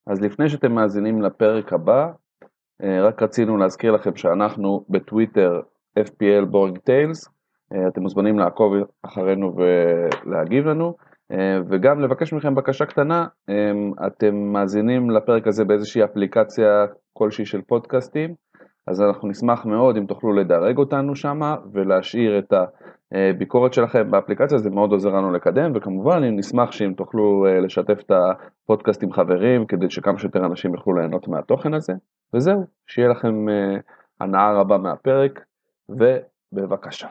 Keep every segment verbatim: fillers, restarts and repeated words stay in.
אז לפני שאתם מאזינים לפרק הבא, רק רצינו להזכיר לכם שאנחנו בטוויטר אף פי אל Boring Tales, אתם מוזמנים לעקוב אחרינו ולהגיב לנו, וגם לבקש מכם בקשה קטנה, אתם מאזינים לפרק הזה באיזושהי אפליקציה כלשהי של פודקאסטים, אז אנחנו נשמח מאוד אם תוכלו לדרג אותנו שם ולהשאיר את הביקורת שלכם באפליקציה, זה מאוד עוזר לנו לקדם, וכמובן נשמח שאם תוכלו לשתף את הפודקאסט עם חברים, כדי שכמה שיותר אנשים יוכלו ליהנות מהתוכן הזה, וזהו, שיהיה לכם הנאה רבה מהפרק, ובבקשה.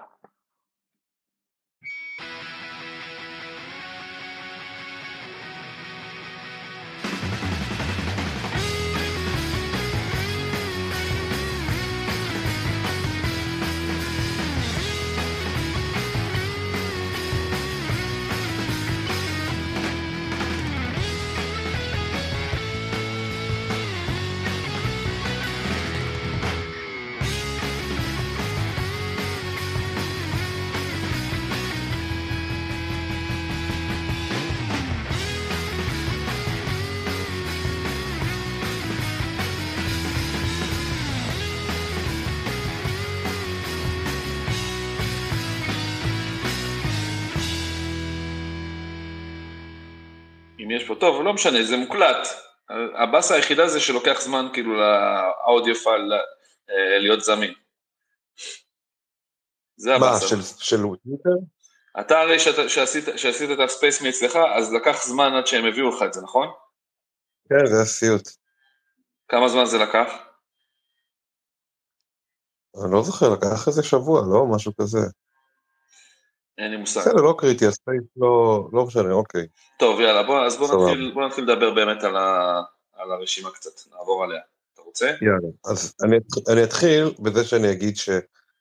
אם יש פה טוב, לא משנה, זה מוקלט. הבאסה היחידה זה שלוקח זמן כאילו לאודיו פייל להיות זמין. זה הבאסה. מה, של טוויטר? אתה הרי שעשית, שעשית את הספייס מאצלך, אז לקח זמן עד שהם הביאו לך את זה, נכון? כן, זה הסיוט. כמה זמן זה לקח? אני לא זוכר, לקח איזה שבוע, לא? משהו כזה. אין לי מושג. בסדר, לא קריטי, הספייס לא, לא משנה, אוקיי. טוב, יאללה, בוא, אז בוא נתחיל, בוא נתחיל לדבר באמת על, ה, על הרשימה קצת, נעבור עליה. אתה רוצה? יאללה, אז אני, אני אתחיל בזה שאני אגיד ש...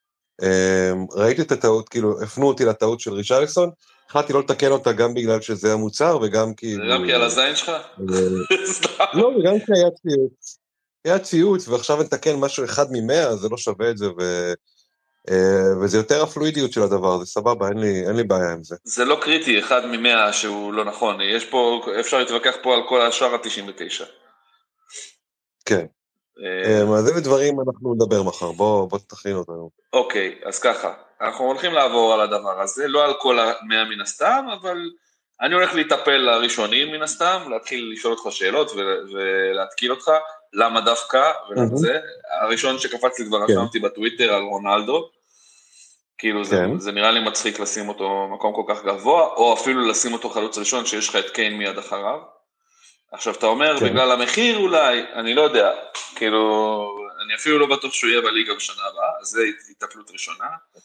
ראיתי את הטעות, כאילו, הפנו אותי לטעות של ריצ'רליסון, החלטתי לא לתקן אותה גם בגלל שזה המוצר, וגם כאילו... זה גם כי על הזין שלך? לא, וגם כי היה ציוץ. היה ציוץ, ועכשיו נתקן משהו אחד ממאה, זה לא שווה את זה, ו... וזה יותר הפלואידיות של הדבר, זה סבבה, אין לי, אין לי בעיה עם זה. זה לא קריטי, אחד ממאה שהוא לא נכון, יש פה, אפשר להתווכח פה על כל השאר ה-תשעים ותשע. כן. אז זה דברים אנחנו נדבר מחר, בוא, בוא תכין אותנו. אוקיי, אז ככה, אנחנו הולכים לעבור על הדבר הזה, לא על כל המאה מן הסתם, אבל אני הולך להיטפל לראשונים מן הסתם, להתחיל לשאול אותך שאלות ולהתקיל אותך, למה דווקא ולמה זה. הראשון שקפץ לי כבר רשמתי בטוויטר על רונלדו, כאילו זה, זה נראה לי מצחיק לשים אותו מקום כל כך גבוה, או אפילו לשים אותו חלוץ ראשון שיש לך את קיין מיד אחריו. עכשיו אתה אומר, כן. בגלל המחיר אולי, אני לא יודע, כאילו, אני אפילו לא בטוח שהוא יהיה בליגה בשנה הבאה, אז זה התאפלות ראשונה.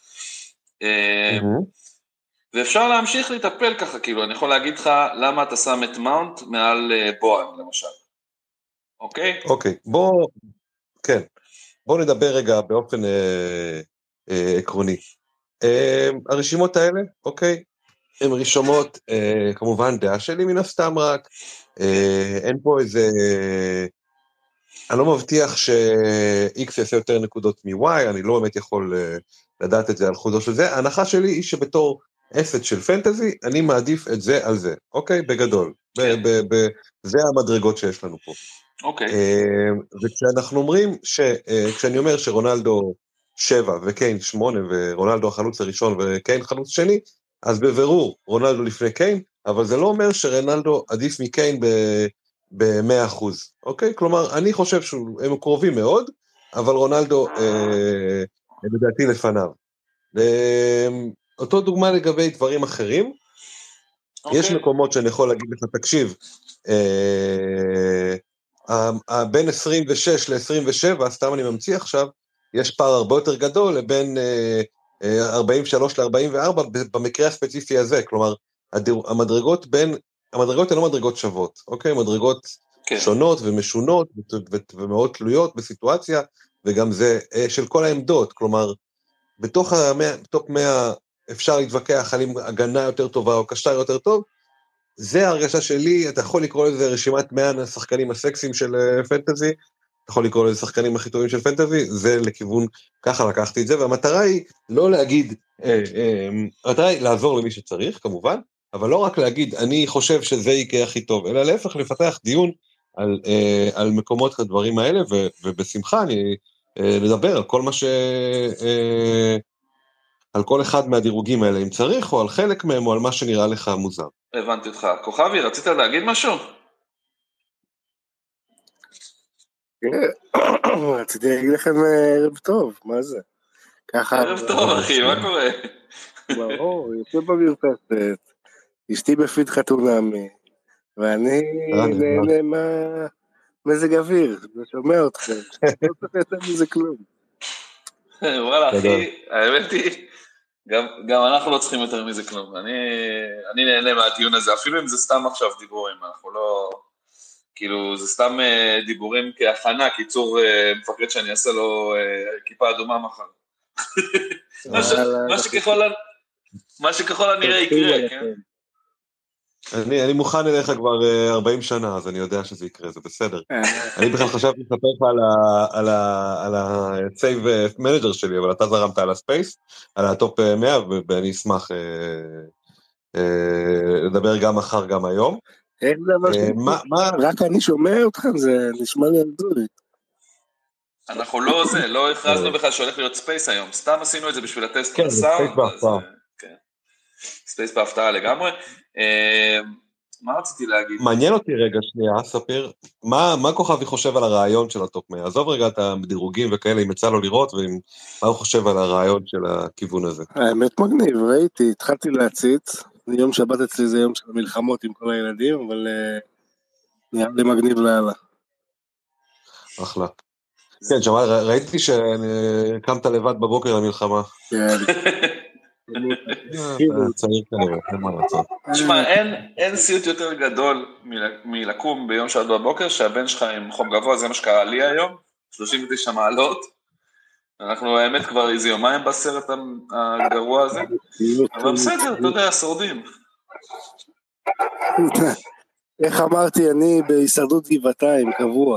Mm-hmm. ואפשר להמשיך לטפל ככה, כאילו, אני יכול להגיד לך, למה אתה שם את מאונט מעל בואן, למשל. אוקיי? אוקיי, בוא, כן, בוא נדבר רגע באופן אה, אה, עקרוני. אה, הרשימות האלה, אוקיי, הן רשימות, אה, כמובן, דעה שלי מן הסתם רק, אה, אין פה איזה, אני לא מבטיח ש-X יעשה יותר נקודות מ-Y, אני לא באמת יכול אה, לדעת את זה על חודו של זה, ההנחה שלי היא שבתור אסט של פנטזי, אני מעדיף את זה על זה, אוקיי? בגדול, כן. ב- ב- ב- זה המדרגות שיש לנו פה. אוקיי. אה, וכשאנחנו אומרים, ש- אה, כשאני אומר שרונלדו שבע וקיין שמונה, ורונלדו החלוץ הראשון וקיין חלוץ שני, אז בבירור רונלדו לפני קיין, אבל זה לא אומר שרונלדו עדיף מקיין ב-מאה אחוז, אוקיי? כלומר, אני חושב שהם קרובים מאוד, אבל רונלדו אה, לדעתי לפניו. אה, אותו דוגמה לגבי דברים אחרים, אוקיי. יש מקומות שאני יכול להגיד לך, תקשיב, אה, בין עשרים ושש ל-עשרים ושבע, סתם אני ממציא עכשיו, יש פער הרבה יותר גדול לבין אה, ארבעים ושלוש ל-ארבעים וארבע במקרה הספציפי הזה, כלומר, המדרגות בין, המדרגות הן לא מדרגות שוות, אוקיי? מדרגות כן. שונות ומשונות ומאוד תלויות בסיטואציה, וגם זה של כל העמדות, כלומר, בתוך המאה, בתוך מאה אפשר להתווכח על אם הגנה יותר טובה או קשה יותר טוב, זה ההרגשה שלי, אתה יכול לקרוא לזה רשימת מאה השחקנים הסקסיים של פנטזי, אתה יכול לקרוא לזה שחקנים הכי טובים של פנטזי, זה לכיוון, ככה לקחתי את זה, והמטרה היא לא להגיד, אה, אה, המטרה היא לעזור למי שצריך, כמובן, אבל לא רק להגיד, אני חושב שזה יקרה הכי טוב, אלא להפך לפתח דיון על, אה, על מקומות הדברים האלה, ו, ובשמחה אני אה, לדבר על כל מה ש... אה, על כל אחד מהדירוגים האלה, אם צריך, או על חלק מהם, או על מה שנראה לך מוזר. הבנתי אותך. כוכבי, רצית להגיד משהו? רציתי להגיד לכם ערב טוב, מה זה? ככה... ערב טוב, אחי, מה קורה? ברור, יושב במרפסת, אשתי בפיד חתונמי, ואני נהנה מהמזג אוויר, ושומע אתכם, לא צריך לתת מזה כלום. וואלה, אחי, האמת היא, גם אנחנו לא צריכים יותר מזה כלום. אני נהנה מהדיון הזה, אפילו אם זה סתם עכשיו דיבורים, אנחנו לא... כאילו, זה סתם דיבורים כהכנה, קיצור מפקד שאני אעשה לו כיפה אדומה מחר. מה שככל הנראה יקרה, כן? אני מוכן אליך כבר ארבעים שנה, אז אני יודע שזה יקרה, זה בסדר. אני בכלל חשבתי לספר לך על ה-Save Manager שלי, אבל אתה זרמת על הספייס, על הטופ מאה, ואני אשמח לדבר גם מחר, גם היום. איך דבר שלי? רק אני שומע אתכם, זה נשמע לי אנדורי. אנחנו לא זה, לא הכרזנו בכלל שהולך להיות ספייס היום, סתם עשינו את זה בשביל הטסט כן, ספייס בהפתעה. ספייס בהפתעה לגמרי. מה רציתי להגיד? מעניין אותי רגע שנייה, ספיר, מה כוכבי חושב על הרעיון של הטופ מאה? עזוב רגע את הדירוגים וכאלה, אם יצא לו לראות, ומה הוא חושב על הרעיון של הכיוון הזה? האמת מגניב, ראיתי, התחלתי להציץ, יום שבת אצלי זה יום של מלחמות עם כל הילדים, אבל נראה לי מגניב לאללה. אחלה. כן, שמע, ראיתי שקמת לבד בבוקר למלחמה. כן. צעיר כנראה, אין מה לעשות. תשמע, אין סיוט יותר גדול מלקום ביום שבת בבוקר, שהבן שלך עם חום גבוה, זה מה שקרה לי היום, שלושים ותשע מעלות. אנחנו האמת כבר איזה יומיים בסרט הגרוע הזה, אבל בסדר, אתה יודע, שורדים. איך אמרתי, אני בהישרדות גבעתיים, קבוע.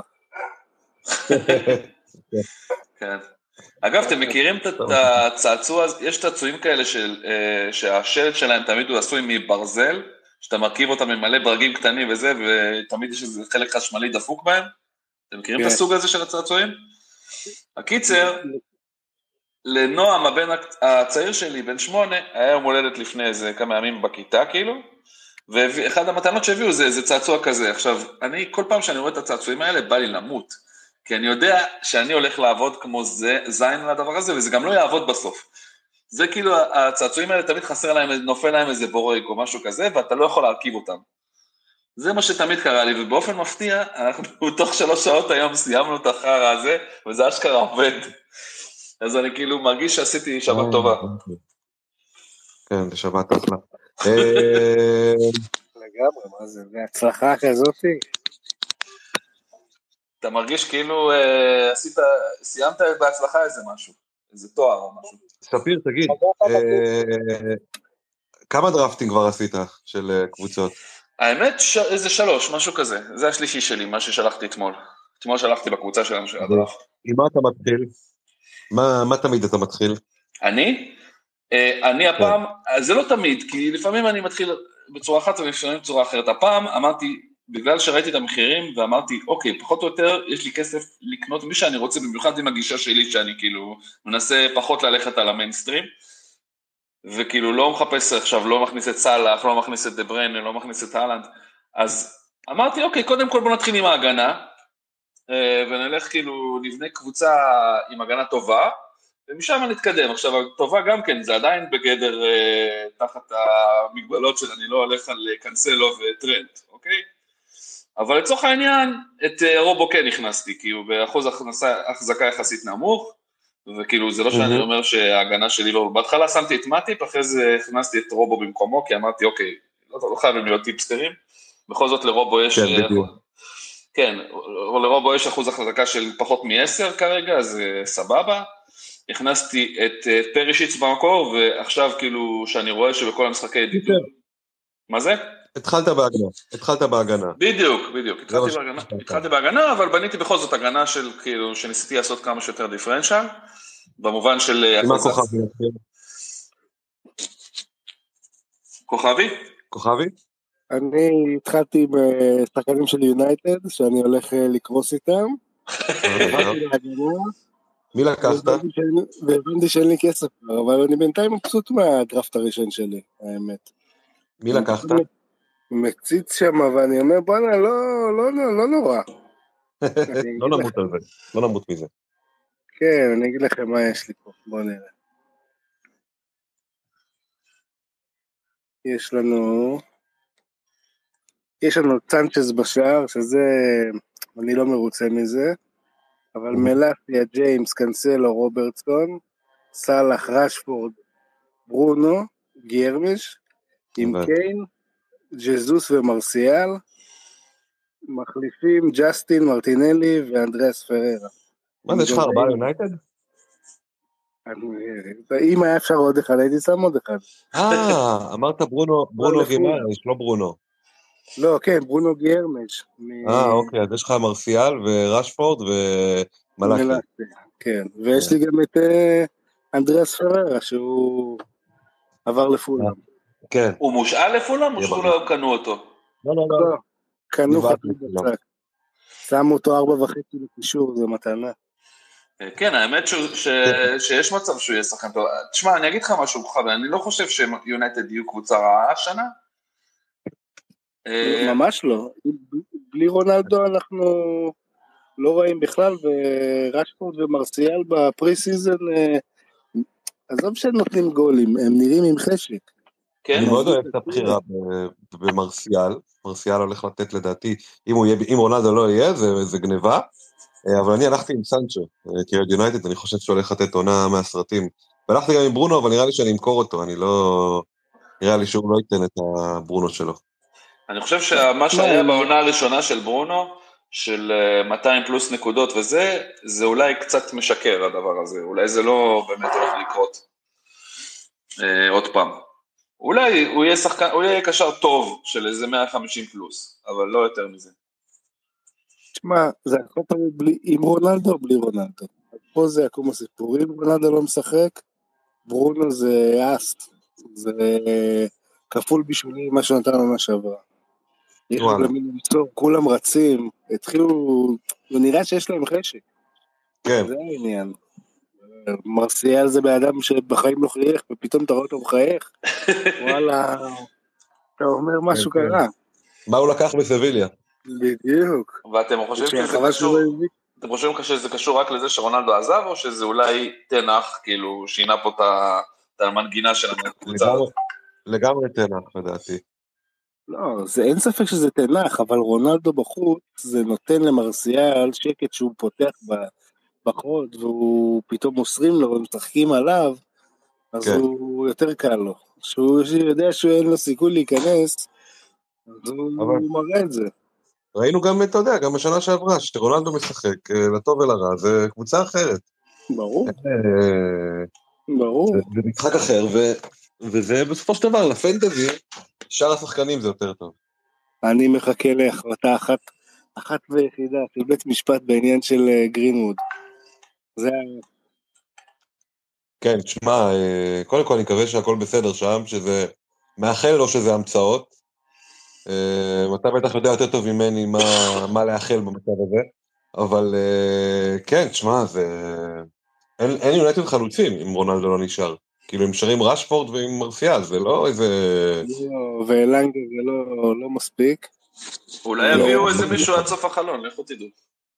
כן. אגב, אתם מכירים את הצעצוע, יש צעצועים כאלה שהשלט שלהם תמיד הוא עשוי מברזל, שאתה מרכיב אותם עם מלא ברגים קטנים וזה, ותמיד יש איזה חלק חשמלי דפוק בהם? אתם מכירים את הסוג הזה של הצעצועים? הקיצר, לנועם, הבן הצעיר שלי, בן שמונה, היה יום הולדת לפני איזה כמה ימים בכיתה, כאילו, ואחד המתנות שהביאו זה, זה צעצוע כזה. עכשיו, אני, כל פעם שאני רואה את הצעצועים האלה, בא לי למות, כי אני יודע שאני הולך לעבוד כמו זה, זין לדבר הזה, וזה גם לא יעבוד בסוף. זה כאילו, הצעצועים האלה תמיד חסר להם, נופל להם איזה בורג או משהו כזה, ואתה לא יכול להרכיב אותם. זה מה שתמיד קרה לי, ובאופן מפתיע, אנחנו תוך שלוש שעות היום סיימנו את החרא הזה, וזה אשכרה עובד. אז אני כאילו מרגיש שעשיתי שבת טובה. כן, בשבת אחלה. לגמרי, מה זה? בהצלחה כזאת? אתה מרגיש כאילו עשית, סיימת בהצלחה איזה משהו, איזה תואר או משהו. ספיר, תגיד, כמה דרפטים כבר עשית של קבוצות? האמת, איזה שלוש, משהו כזה. זה השלישי שלי, מה ששלחתי אתמול. אתמול שלחתי בקבוצה שלנו של הדרפט. עם מה אתה מתחיל? מה, מה תמיד אתה מתחיל? אני? אני הפעם, זה לא תמיד, כי לפעמים אני מתחיל בצורה אחת ולפעמים בצורה אחרת. הפעם אמרתי, בגלל שראיתי את המחירים, ואמרתי, אוקיי, פחות או יותר, יש לי כסף לקנות מי שאני רוצה, במיוחד עם הגישה שלי, שאני כאילו מנסה פחות ללכת על המיינסטרים, וכאילו לא מחפש עכשיו, לא מכניס את סלאח, לא מכניס את דבריין, לא מכניס את הלנד, אז אמרתי, אוקיי, קודם כל בוא נתחיל עם ההגנה, ונלך כאילו, נבנה קבוצה עם הגנה טובה, ומשם נתקדם. עכשיו, הטובה גם כן, זה עדיין בגדר תחת המגבלות של אני לא הולך על קנסלו וטרנט, אוקיי? אבל לצורך העניין, את רובו כן נכנסתי, כי הוא באחוז החזקה יחסית נמוך, וכאילו זה לא שאני אומר שההגנה שלי לא, בהתחלה שמתי את מטיפ, אחרי זה הכנסתי את רובו במקומו, כי אמרתי, אוקיי, לא חייבים להיות טיפסטרים, בכל זאת לרובו יש, כן, לרובו יש אחוז החזקה של פחות מ-עשר כרגע, אז סבבה, הכנסתי את פרישיץ במקור, ועכשיו כאילו שאני רואה שבכל המשחקי דיטור, מה זה? התחלת בהגנה, התחלת בהגנה. בדיוק, בדיוק, התחלתי בהגנה, התחלתי בהגנה, אבל בניתי בכל זאת הגנה של, כאילו, שניסיתי לעשות כמה שיותר דיפרנציאל, במובן של... מה כוכבי? כוכבי? כוכבי? אני התחלתי עם אה, שחקנים של יונייטד, שאני הולך אה, לקרוס איתם, עברתי להגנה, מי לקחת? והבנתי שאין- והבנתי שאין לי כסף, כבר, אבל אני בינתיים מבסוט מהדראפט הראשון שלי, האמת. מי אני לקחת? פתאום מציץ שם, ואני אומר, בוא'נה, לא, לא, לא, לא נורא. אני לא אגיד נמות על זה, לא נמות מזה. כן, אני אגיד לכם מה יש לי פה, בואו נראה. יש לנו, יש לנו צ'אנצ'ס בשער, שזה, אני לא מרוצה מזה, אבל מלאפיה, ג'יימס, קנסלו, רוברטסון, סאלח, רשפורד, ברונו, גיירמיש, עם הבנתי. קיין, ג'זוס ומרסיאל, מחליפים ג'סטין, מרטינלי ואנדריאס פררה. מה זה, יש לך ארבעה יונייטד? אני- אם היה אפשר עוד אחד, הייתי שם עוד אחד. אה, אמרת ברונו, ברונו גימרש, לא ברונו. לא, כן, ברונו גיירמיש. אה, אוקיי, אז יש לך מרסיאל ורשפורד ומלאקי. מלאקי, כן. ויש לי גם את אה, אנדריאס פררה, שהוא עבר לפולאם. כן. הוא מושאל לפולאם או שלא קנו אותו? לא, לא, לא. לא, קנו לבד חתול לפולאם. בצק. שמו אותו ארבע וחצי לקישור, זה מתנה. כן, האמת ש- ש- שיש מצב שהוא יהיה שחקן טוב. תשמע, אני אגיד לך משהו, חבר, אני לא חושב שיונייטד יהיו קבוצה רעה השנה. אה, ממש לא. בלי רונלדו אנחנו לא רואים בכלל, ורשפורד ומרסיאל בפרי סיזן, אה, עזוב שהם נותנים גולים, הם נראים עם חשק. כן, אני הם מאוד עשו אוהב את את הבחירה ב- במרסיאל. מרסיאל הולך לתת לדעתי, אם הוא יהיה- אם רונלדו לא יהיה, זה זה גניבה. אה, אבל אני הלכתי עם סנצ'ו, אה, כי אוהד יונייטד, אני חושב שהוא הולך לתת עונה מהסרטים. והלכתי גם עם ברונו, אבל נראה לי שאני אמכור אותו, אני לא... נראה לי שהוא לא ייתן את הברונו שלו. אני חושב שמה שהיה בעונה הראשונה של ברונו, של אה, מאתיים פלוס נקודות וזה, זה אולי קצת משקר הדבר הזה, אולי זה לא באמת הולך לקרות אה, עוד פעם. אולי הוא יהיה שחקן, הוא יהיה קשר טוב של איזה מאה וחמישים פלוס, אבל לא יותר מזה. תשמע, זה הכל תלוי בלי, עם רונלדו או בלי רונלדו. פה זה יקום הסיפורים, רונלדו לא משחק, ברונו זה אסט, זה כפול בשבילי מה שנתן עונה שעברה. יש וואלה. למי למצוא, כולם רצים, התחילו, ונראה שיש להם חשק, כן, זה העניין. מרסיאל זה באדם שבחיים לא חייך, ופתאום אתה רואה אותו מחייך, וואלה, אתה אומר משהו כן, כן. קרה. מה הוא לקח בסביליה? בדיוק. ואתם חושבים שזה חבל קשור, שלא הביא. אתם חושבים שזה קשור רק לזה שרונלדו עזב, או שזה אולי תנח, כאילו, שינה פה את ה- את המנגינה של הקבוצה לגמרי- הזאת? לגמרי תנח, לדעתי. לא, זה אין ספק שזה תנח, אבל רונלדו בחוץ, זה נותן למרסיאל שקט שהוא פותח ב- בחוד, והוא פתאום מוסרים לו ומשחקים עליו, אז כן. הוא יותר קל לו. שהוא יודע שאין לו סיכוי להיכנס, אז הוא אבל- מראה את זה. ראינו גם, אתה יודע, גם בשנה שעברה, שרונלדו משחק, אה, לטוב ולרע, זה קבוצה אחרת. ברור, אה, ברור. זה זה משחק אחר, ו- וזה בסופו של דבר, לפנטזי, שאר השחקנים זה יותר טוב. אני מחכה להחלטה אחת, אחת ויחידה, של בית משפט בעניין של אה, גרינווד. זה כן, תשמע, אה, קודם כל אני מקווה שהכל בסדר שם, שזה מאחל לו שזה המצאות. אה, אתה בטח יודע יותר טוב ממני מה, מה לאחל במצב הזה, אבל אה, כן, תשמע, זה... אין, אין יונייטד חלוצים אם רונלדו לא נשאר. כאילו הם נשארים רשפורד ועם מרסיאל, זה לא איזה... לא, ואלנגה זה לא, לא מספיק. אולי לא, יביאו לא, איזה לא, מישהו לא. עד סוף החלון, לכו תדעו.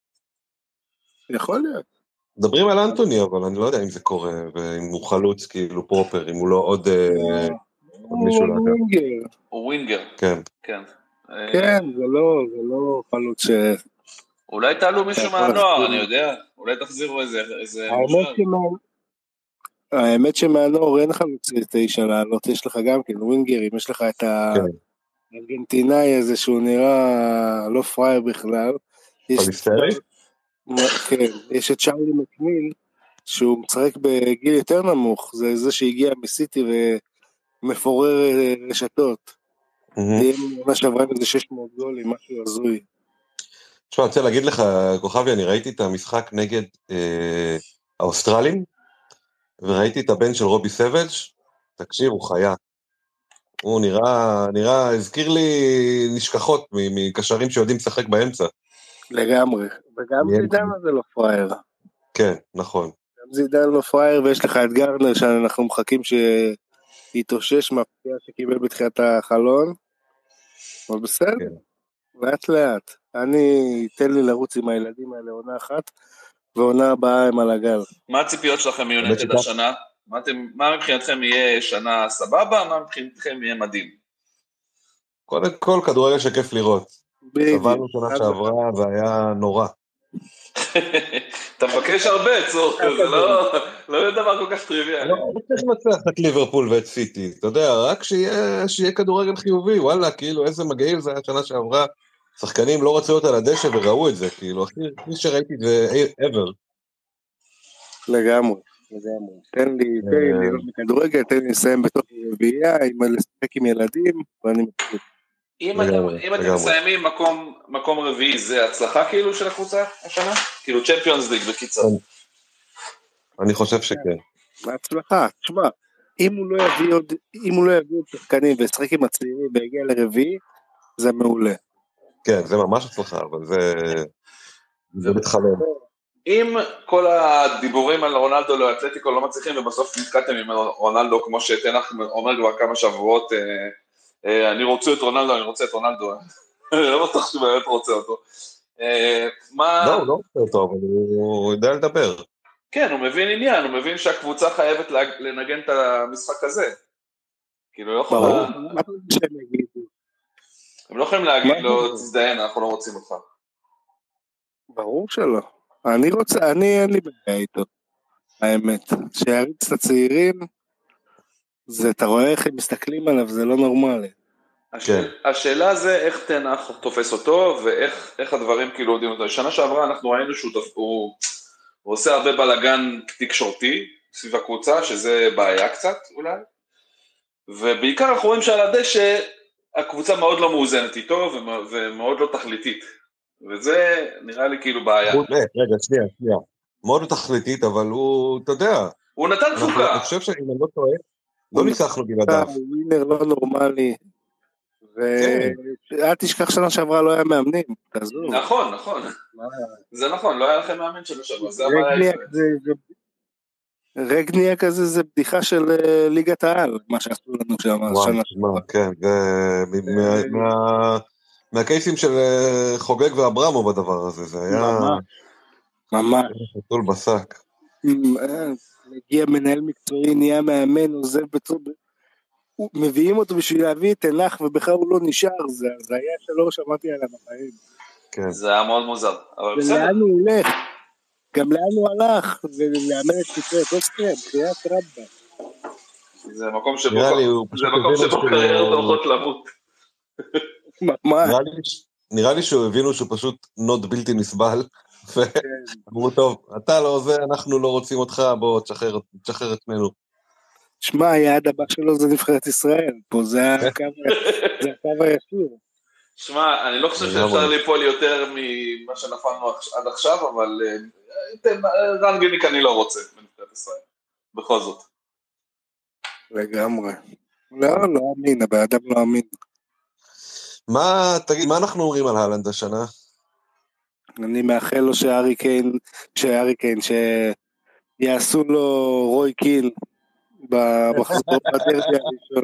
יכול להיות. מדברים על אנטוני, אבל אני לא יודע אם זה קורה, ואם הוא חלוץ כאילו פרופר, אם הוא לא עוד, אה, עוד מישהו הוא לאגף. ווינגר. הוא ווינגר, כן. כן. אה, כן, זה לא, זה לא חלוץ ש... אולי תעלו מישהו אתה יכול מהנוער, להסכים. אני יודע. אולי תחזירו איזה איזה האמת מושל. שמה... האמת שמהנוער אין חלוץ תשע לעלות, יש לך גם כן ווינגרים, יש לך את כן. הארגנטינאי הזה שהוא נראה לא פרייר בכלל. יש- פליסטרי? כן, יש את שרלי מקמיל, שהוא משחק בגיל יותר נמוך, זה זה שהגיע מסיטי ומפורר אה, רשתות. מהמם. תהיה ממש שעברה עם איזה שש מאות גולים, משהו הזוי. תשמע, אני רוצה להגיד לך, כוכבי, אני ראיתי את המשחק נגד אה, האוסטרלים, וראיתי את הבן של רובי סבג', תקשיב, הוא חיה. הוא נראה, נראה, הזכיר לי נשכחות מקשרים שיודעים לשחק באמצע. לגמרי, וגם זידן זה לא פרייר. כן, נכון. גם זידן לא פרייר, ויש לך את גרנר שאנחנו מחכים שיתאושש מהפציעה שקיבל בתחילת החלון, אבל בסדר, לאט לאט. אני, תן לי לרוץ עם הילדים האלה עונה אחת, ועונה הבאה הם על הגל. מה הציפיות שלכם מיונטד השנה? מה, אתם, מה מבחינתכם יהיה שנה סבבה? מה מבחינתכם יהיה מדהים? קודם כל, כדורגל שכיף לראות. סבלנו שנה שעברה, זה היה נורא. אתה מבקש הרבה, צור, זה לא דבר כל כך טריוויאלי. לא צריך לנצח את ליברפול ואת סיטי, אתה יודע, רק שיהיה כדורגל חיובי, וואלה, כאילו, איזה מגעיל זה היה שנה שעברה. שחקנים לא רצו להיות על הדשא וראו את זה, כאילו, הכי שראיתי את זה ever. לגמרי, לגמרי. תן לי, תן לי לראות בכדורגל, תן לי לסיים בתוך רביעייה, לשחק עם ילדים, ואני מתחיל. אם אתם מסיימים מקום רביעי, זה הצלחה כאילו של הקבוצה השנה? כאילו צ'מפיונס ליג בקיצר. אני חושב שכן. בהצלחה, תשמע, אם הוא לא יביא עוד, אם הוא לא יביא עוד שחקנים וישחק עם הצעירים והגיע לרביעי, זה מעולה. כן, זה ממש הצלחה, אבל זה... זה מתחלם. אם כל הדיבורים על רונלדו לא אתלטיקו לא מצליחים, ובסוף נתקעתם עם רונלדו, כמו שתנח אומר כבר כמה שבועות, אני רוצה את רונלדו, אני רוצה את רונלדו, אני לא בטוח שבאמת רוצה אותו. לא, הוא לא רוצה אותו, אבל הוא יודע לדבר. כן, הוא מבין עניין, הוא מבין שהקבוצה חייבת לנגן את המשחק הזה. כאילו, לא יכולה... מה אתה רוצה שהם יגידו? הם לא יכולים להגיד לו, תזדיין, אנחנו לא רוצים אותך. ברור שלא. אני רוצה, אני אין לי בעיה איתו. האמת, שיריץ את הצעירים, זה, אתה רואה איך הם מסתכלים עליו, זה לא נורמלי. השאלה זה איך תנח תופס אותו, ואיך הדברים כאילו יודעים אותו. שנה שעברה אנחנו ראינו שהוא עושה הרבה בלגן תקשורתי, סביב הקבוצה, שזה בעיה קצת אולי, ובעיקר אנחנו רואים שעל הדשא, הקבוצה מאוד לא מאוזנת איתו, ומאוד לא תכליתית. וזה נראה לי כאילו בעיה. רגע, שנייה, שנייה. מאוד לא תכליתית, אבל הוא, אתה יודע. הוא נתן תפוקה. אני חושב שאם אני לא טועה, לא ניסחנו בלעדיו. הוא ווינר לא נורמלי. ואל תשכח שנה שעברה לא היה מאמנים. נכון, נכון. זה נכון, לא היה לכם מאמן שנה שעברה. זה הבעיה. רגניאק הזה זה בדיחה של ליגת העל, מה שעשו לנו שם. וואי, כן, זה מהקייסים של חוגג ואברמו בדבר הזה, זה היה... ממש. חתול בשק. מגיע מנהל מקצועי, נהיה מאמן, עוזב בצור... מביאים אותו בשביל להביא את תנח, ובכלל הוא לא נשאר, זה היה שלא שמעתי עליו בחיים. זה היה מאוד מוזר, אבל בסדר. ולאן הוא הולך? גם לאן הוא הלך? ולאמן את פיצורת אוסטריה, בחיית רבה. זה מקום שבו קריירות הולכות למות. נראה לי שהוא הבינו שהוא פשוט נוד בלתי נסבל, ואמרו טוב, אתה לא זה, אנחנו לא רוצים אותך, בוא תשחרר את מנו. שמע, היעד הבא שלו זה נבחרת ישראל, פה זה הקו הישיר. שמע, אני לא חושב שאפשר ליפול יותר ממה שנפלנו עד עכשיו, אבל רנגניק אני לא רוצה בנבחרת ישראל, בכל זאת. לגמרי. לא, לא אמין, הבאדם לא אמין. מה, תגיד, מה אנחנו אומרים על הלנד השנה? אני מאחל לו שהארי קיין, שהארי קיין, שיעשו לו רוי קין במחזור בדרבי הראשון.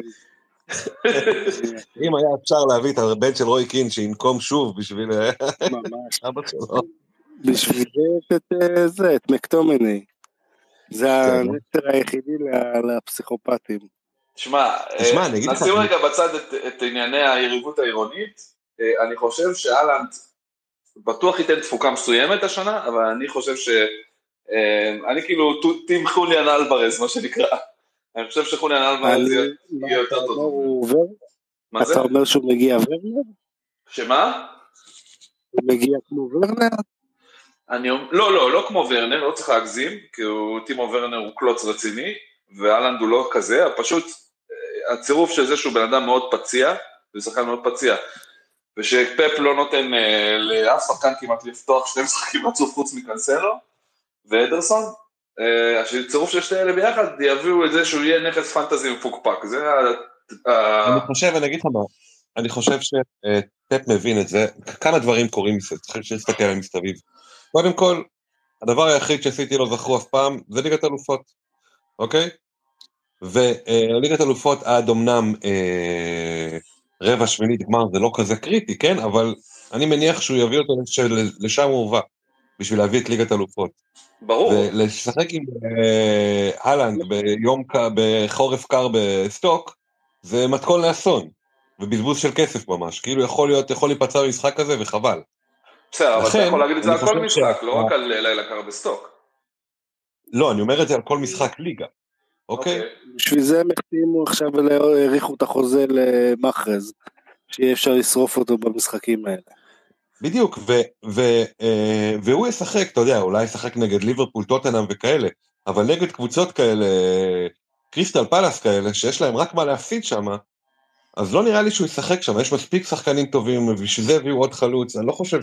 אם היה אפשר להביא את הבן של רוי קין שינקום שוב בשביל אבא שלו. בשביל זה את זה, את מקטומני. זה הנקטר היחידי לפסיכופטים. תשמע, נשים רגע בצד את ענייני היריבות העירונית, אני חושב שאלנד בטוח ייתן תפוקה מסוימת השנה, אבל אני חושב ש... אני כאילו טים חוליאן אלברז, מה שנקרא. אני חושב שחוליאן אלברז יהיה יותר טוב. מה זה? אתה אומר שהוא מגיע ורנר? שמה? הוא מגיע כמו ורנר? לא, לא, לא כמו ורנר, לא צריך להגזים, כי טימו ורנר הוא קלוץ רציני, ואלנד הוא לא כזה, פשוט הצירוף של זה שהוא בן אדם מאוד פציע, הוא שחקן מאוד פציע, ושפפ לא נותן לאף שחקן כמעט לפתוח שני משחקים רצוף חוץ מקנסלו, ואדרסון, הצירוף של שתי אלה ביחד יביאו את זה שהוא יהיה נכס פנטזי מפוקפק, זה אני חושב, אני אגיד לך מה, אני חושב שפפ מבין את זה, כמה דברים קורים, צריך להסתכל על מסביב. קודם כל, הדבר היחיד שעשיתי לא זכרו אף פעם, זה ליגת אלופות, אוקיי? וליגת אלופות עד אמנם אה, רבע שמינית גמר, זה לא כזה קריטי, כן? אבל אני מניח שהוא יביא אותו לשם הוא הובא, בשביל להביא את ליגת אלופות. ברור. ולשחק עם אה, הלנד ביום, בחורף קר בסטוק, זה מתכון לאסון, ובזבוז של כסף ממש, כאילו יכול להיות, יכול להיפצע במשחק כזה וחבל. בסדר, אבל אתה יכול להגיד את זה על כל משחק, לא רק על לילה קר בסטוק. לא, אני אומר את זה על כל משחק ליגה, אוקיי? בשביל זה הם החתימו עכשיו והאריכו את החוזה למחרז, שיהיה אפשר לשרוף אותו במשחקים האלה. בדיוק, והוא ישחק, אתה יודע, אולי ישחק נגד ליברפול, טוטנהאם וכאלה, אבל נגד קבוצות כאלה, קריסטל פלאס כאלה, שיש להם רק מה להפסיד שם, אז לא נראה לי שהוא ישחק שם, יש מספיק שחקנים טובים, ובשביל זה הביאו עוד חלוץ, אני לא חושב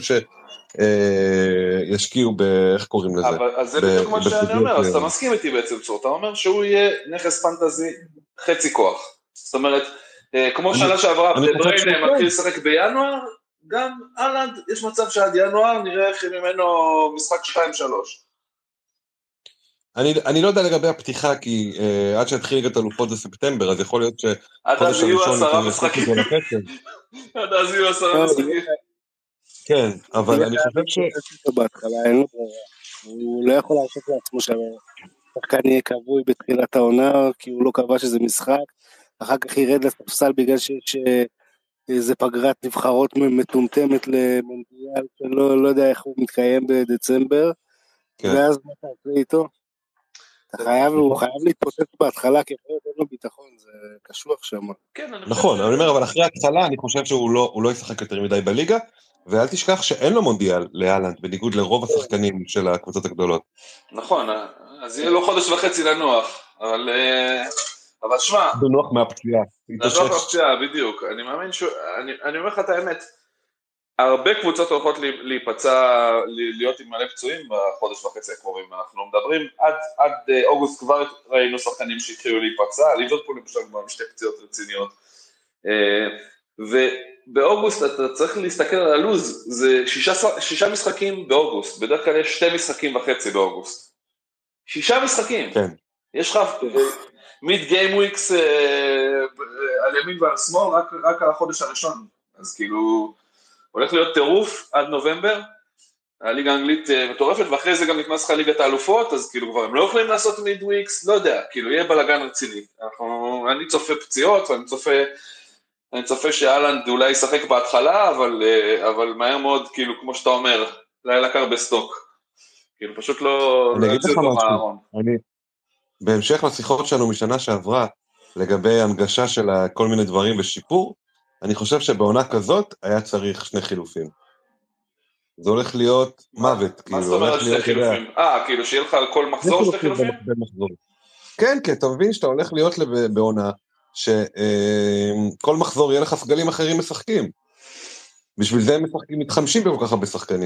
שישקיעו באיך קוראים לזה. אז זה בדיוק מה שאני אומר, אז אתה מסכים איתי בעצם, אתה אומר שהוא יהיה נכס פנטזי חצי כוח, זאת אומרת, כמו שנה שעברה, דבריינה מתחיל לשחק בינואר, גם הלנד, יש מצב שעד ינואר נראה איך ממנו משחק שתיים שלוש. אני, אני לא יודע לגבי הפתיחה, כי uh, עד שהתחיל ליגת אלופות בספטמבר, אז יכול להיות שחודש הראשון ניתן לשחק אותו לקצב. עד אז יהיו עשרה משחקים. כן, אבל אני חושב ש... בהתחלה אין לו ברירה. הוא לא יכול לעשות לעצמו שהשחקן יהיה קבוי בתחילת העונה, כי הוא לא קבע שזה משחק, אחר כך ירד לספסל בגלל שיש איזה פגרת נבחרות מטומטמת למונדיאל, שלא לא יודע איך הוא מתקיים בדצמבר, כן. ואז מה תעשה איתו? אתה חייב, הוא חייב להתפוצץ בהתחלה, כי אחרת אין לו ביטחון, זה קשוח שם. כן, נכון, אני אומר, אבל אחרי ההתחלה אני חושב שהוא לא, הוא לא ישחק יותר מדי בליגה, ואל תשכח שאין לו מונדיאל להלנד, בניגוד לרוב השחקנים של הקבוצות הגדולות. נכון, אז יהיה לו חודש וחצי לנוח, אבל... אבל שמע... לנוח מהפציעה. לנוח מהפציעה, בדיוק. אני מאמין ש... אני, אני אומר לך את האמת, הרבה קבוצות הולכות להיפצע, להיות עם מלא פצועים בחודש וחצי הקרובים. אנחנו מדברים, עד, עד אוגוסט כבר ראינו שחקנים שהתחילו להיפצע, ליברפול למשל כבר עם שתי פציעות רציניות. ובאוגוסט אתה צריך להסתכל על הלוז, זה שישה, שישה משחקים באוגוסט, בדרך כלל יש שתי משחקים וחצי באוגוסט. שישה משחקים. כן. יש לך מיד גיים וויקס על ימין ועל שמאל, רק, רק על החודש הראשון. אז כאילו... הולך להיות טירוף עד נובמבר, הליגה האנגלית מטורפת, ואחרי זה גם נכנס לך ליגת האלופות, אז כאילו כבר הם לא יכולים לעשות מיד וויקס, לא יודע, כאילו יהיה בלגן רציני. אנחנו, אני צופה פציעות, ואני צופה, אני צופה שהלנד אולי ישחק בהתחלה, אבל, אבל מהר מאוד, כאילו, כמו שאתה אומר, לילה קר בסטוק. כאילו, פשוט לא... אני אגיד לך משהו, אני, בהמשך לשיחות שלנו משנה שעברה, לגבי הנגשה של כל מיני דברים ושיפור, אני חושב שבעונה כזאת היה צריך שני חילופים. זה הולך להיות מוות. מה זאת אומרת שני חילופים? אה, כאילו שיהיה לך על כל מחזור שני חילופים? כן, כן, אתה מבין שאתה הולך להיות בעונה, שכל מחזור יהיה לך סגלים אחרים משחקים. בשביל זה הם מתחמשים בכל כך הרבה שחקנים.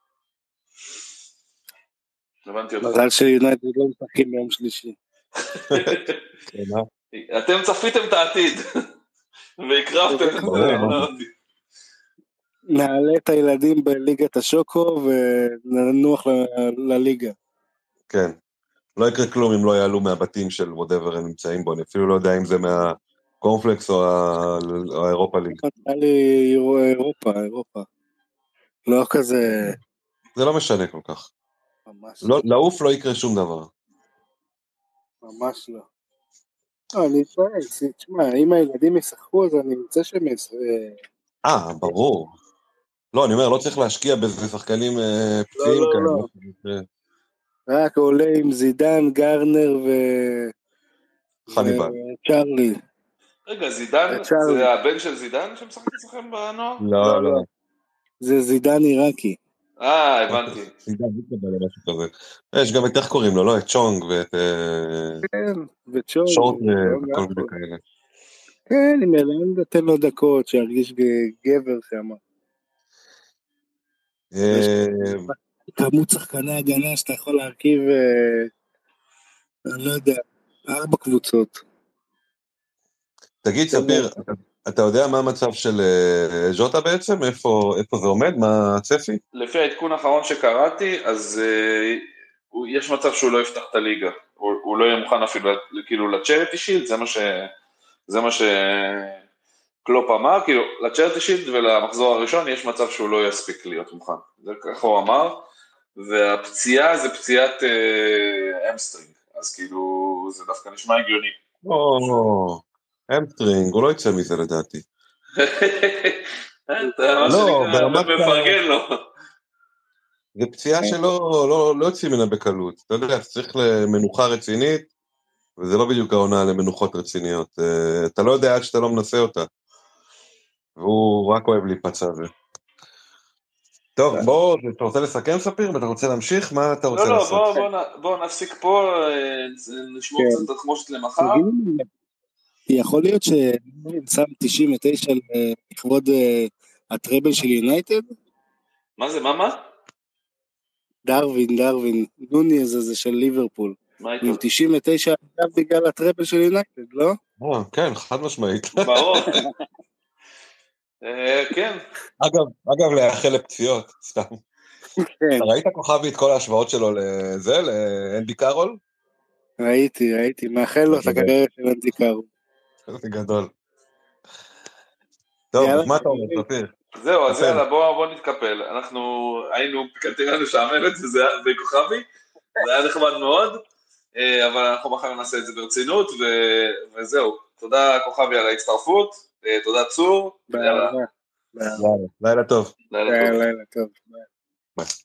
הבנתי אותך. מזל שיונייטד לא משחקים ביום שלישי. אתם צפיתם את העתיד. והקרבתם את זה. נעלה את הילדים בליגת השוקו וננוח לליגה. כן, לא יקרה כלום אם לא יעלו מהבתים של whatever הם נמצאים בו, אני אפילו לא יודע אם זה מהקורנפלקס או האירופה ליג. נראה לי אירופה, אירופה. לא כזה... זה לא משנה כל כך. ממש לא. לעוף לא יקרה שום דבר. ממש לא. אני שואל, תשמע, אם הילדים ישחקו, אז אני רוצה שהם ישחקו. אה, ברור. לא, אני אומר, לא צריך להשקיע בזה שחקנים פציעים כאלה. רק עולה עם זידן, גרנר וצ'רלי. רגע, זידן, זה הבן של זידן שמשחק אצלכם בנוער? לא, לא. זה זידן עיראקי. אה, הבנתי. יש גם את איך קוראים לו, לא? את צ'ונג ואת... כן, וצ'ונג. שורט וכל מיני כאלה. כן, אם אלן נתן לו דקות, שירגיש גבר שם. כמות שחקני הגנה שאתה יכול להרכיב, אני לא יודע, ארבע קבוצות. תגיד, ספיר, אתה, אתה יודע מה המצב של אה, ז'וטה בעצם? איפה, איפה זה עומד? מה הצפי? לפי העדכון האחרון שקראתי, אז אה, הוא- יש מצב שהוא לא יפתח את הליגה, הוא, הוא לא יהיה מוכן אפילו כאילו לצ'ריטי שילד, זה מה ש... זה מה שקלופ אמר, כאילו לצ'ריטי שילד ולמחזור הראשון יש מצב שהוא לא יספיק להיות מוכן, זה ככה הוא אמר, והפציעה זה פציעת אה, אמסטרינג, אז כאילו זה דווקא נשמע הגיוני. או, אמסטרינג, הוא לא יצא מזה לדעתי. אתה מה לא, שנקרא, ברמת ה- מפרגן לו. זה פציעה שלא לא, לא יוצאים ממנה בקלות. אתה יודע, צריך למנוחה רצינית, וזה לא בדיוק העונה למנוחות רציניות. אה, אתה לא יודע עד שאתה לא מנסה אותה. והוא רק אוהב להיפצע זה. טוב, בוא, אתה רוצה לסכם ספיר? ואתה רוצה להמשיך? מה אתה רוצה לא, לא, לעשות? בוא, בוא, נ- בוא נפסיק פה, אה, נשמור כן. קצת תחמושת למחר. יכול להיות ששם תשעים ותשע לכבוד אה, הטראבל של יונייטד? מה זה, מה, מה? דרווין, דרווין, נוניז הזה של ליברפול. מה עם איתו? תשעים ותשע גם בגלל הטראבל של יונייטד, לא? אה, כן, חד משמעית. ברור. אה, כן. אגב, אגב, לאחל לפציעות, סתם. כן, אתה ראית כוכבי את כל ההשוואות שלו לזה, לאנדי קארול? ראיתי, ראיתי, מאחל לו את הקריירה של אנדי קארו. זה גדול. טוב, יאללה, אז מה אתה אומר, ספיר? זהו, אז תקפל. יאללה, בוא, בוא נתקפל. אנחנו היינו כנראה משעממת וזה בכוכבי, זה היה נחמד מאוד, אה, אבל אנחנו מחר נעשה את זה ברצינות, ו- וזהו. תודה כוכבי על ההצטרפות, אה, תודה צור, יאללה, באהבה. יאללה, לילה טוב. לילה טוב. לילה טוב. ביי.